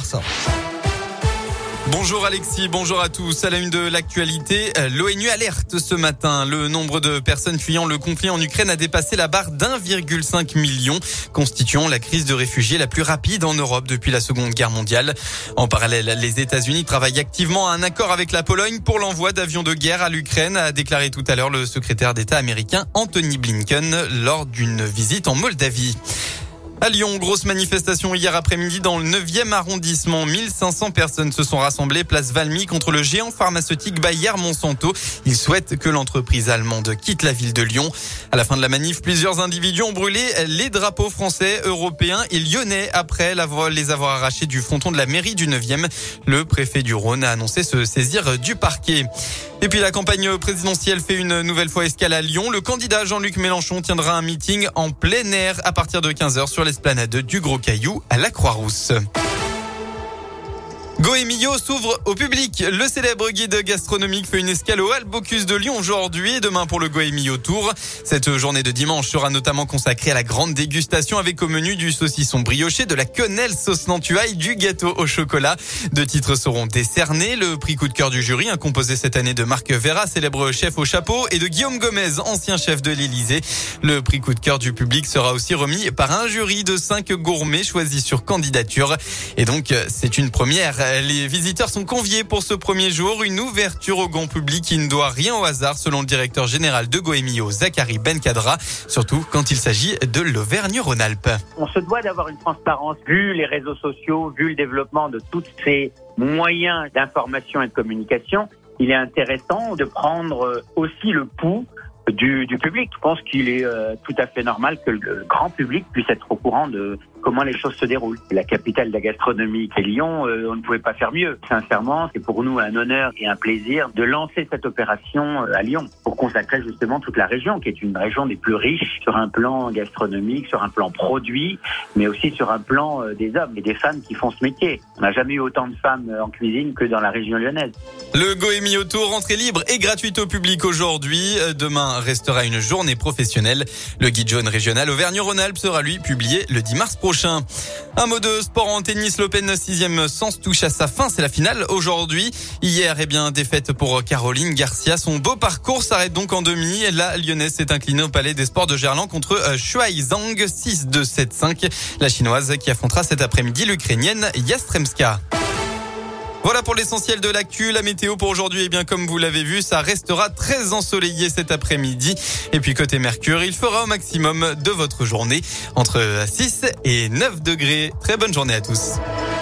Mars. Bonjour Alexis, bonjour à tous. À la une de l'actualité, l'ONU alerte ce matin. Le nombre de personnes fuyant le conflit en Ukraine a dépassé la barre d'1,5 million, constituant la crise de réfugiés la plus rapide en Europe depuis la Seconde Guerre mondiale. En parallèle, les États-Unis travaillent activement à un accord avec la Pologne pour l'envoi d'avions de guerre à l'Ukraine, a déclaré tout à l'heure le secrétaire d'État américain Anthony Blinken lors d'une visite en Moldavie. À Lyon, grosse manifestation hier après-midi dans le 9e arrondissement. 1500 personnes se sont rassemblées place Valmy contre le géant pharmaceutique Bayer-Monsanto. Ils souhaitent que l'entreprise allemande quitte la ville de Lyon. À la fin de la manif, plusieurs individus ont brûlé les drapeaux français, européens et lyonnais après les avoir arrachés du fronton de la mairie du 9e. Le préfet du Rhône a annoncé se saisir du parquet. Et puis la campagne présidentielle fait une nouvelle fois escale à Lyon. Le candidat Jean-Luc Mélenchon tiendra un meeting en plein air à partir de 15h sur l'esplanade du Gros Caillou à la Croix-Rousse. Goemio s'ouvre au public. Le célèbre guide gastronomique fait une escale au Hall Bocuse de Lyon aujourd'hui et demain pour le Goemio Tour. Cette journée de dimanche sera notamment consacrée à la grande dégustation avec au menu du saucisson brioché, de la quenelle sauce Nantuaille, du gâteau au chocolat. 2 titres seront décernés. Le prix coup de cœur du jury, composé cette année de Marc Vera, célèbre chef au chapeau, et de Guillaume Gomez, ancien chef de l'Élysée. Le prix coup de cœur du public sera aussi remis par un jury de 5 gourmets choisis sur candidature. Et donc, c'est une première. Les visiteurs sont conviés pour ce premier jour. Une ouverture au grand public qui ne doit rien au hasard, selon le directeur général de Goemio, Zachary Benkadra, surtout quand il s'agit de l'Auvergne-Rhône-Alpes. On se doit d'avoir une transparence, vu les réseaux sociaux, vu le développement de tous ces moyens d'information et de communication. Il est intéressant de prendre aussi le pouls du public. Je pense qu'il est tout à fait normal que le grand public puisse être au courant de comment les choses se déroulent. La capitale de la gastronomie est Lyon, on ne pouvait pas faire mieux. Sincèrement, c'est pour nous un honneur et un plaisir de lancer cette opération à Lyon pour consacrer justement toute la région, qui est une région des plus riches sur un plan gastronomique, sur un plan produit, mais aussi sur un plan des hommes et des femmes qui font ce métier. On n'a jamais eu autant de femmes en cuisine que dans la région lyonnaise. Le Goemio Tour, entrée libre et gratuite au public aujourd'hui. Demain restera une journée professionnelle. Le guide jaune régional Auvergne-Rhône-Alpes sera lui publié le 10 mars prochain. Un mot de sport en tennis. L'Open 6e sens touche à sa fin. C'est la finale aujourd'hui. Hier, défaite pour Caroline Garcia. Son beau parcours s'arrête donc en demi. La Lyonnaise s'est inclinée au Palais des Sports de Gerland contre Shuai Zhang 6-2, 7-5. La Chinoise qui affrontera cet après-midi l'Ukrainienne Yastremska. Voilà pour l'essentiel de l'actu. La météo pour aujourd'hui, comme vous l'avez vu, ça restera très ensoleillé cet après-midi. Et puis côté Mercure, il fera au maximum de votre journée entre 6 et 9 degrés. Très bonne journée à tous.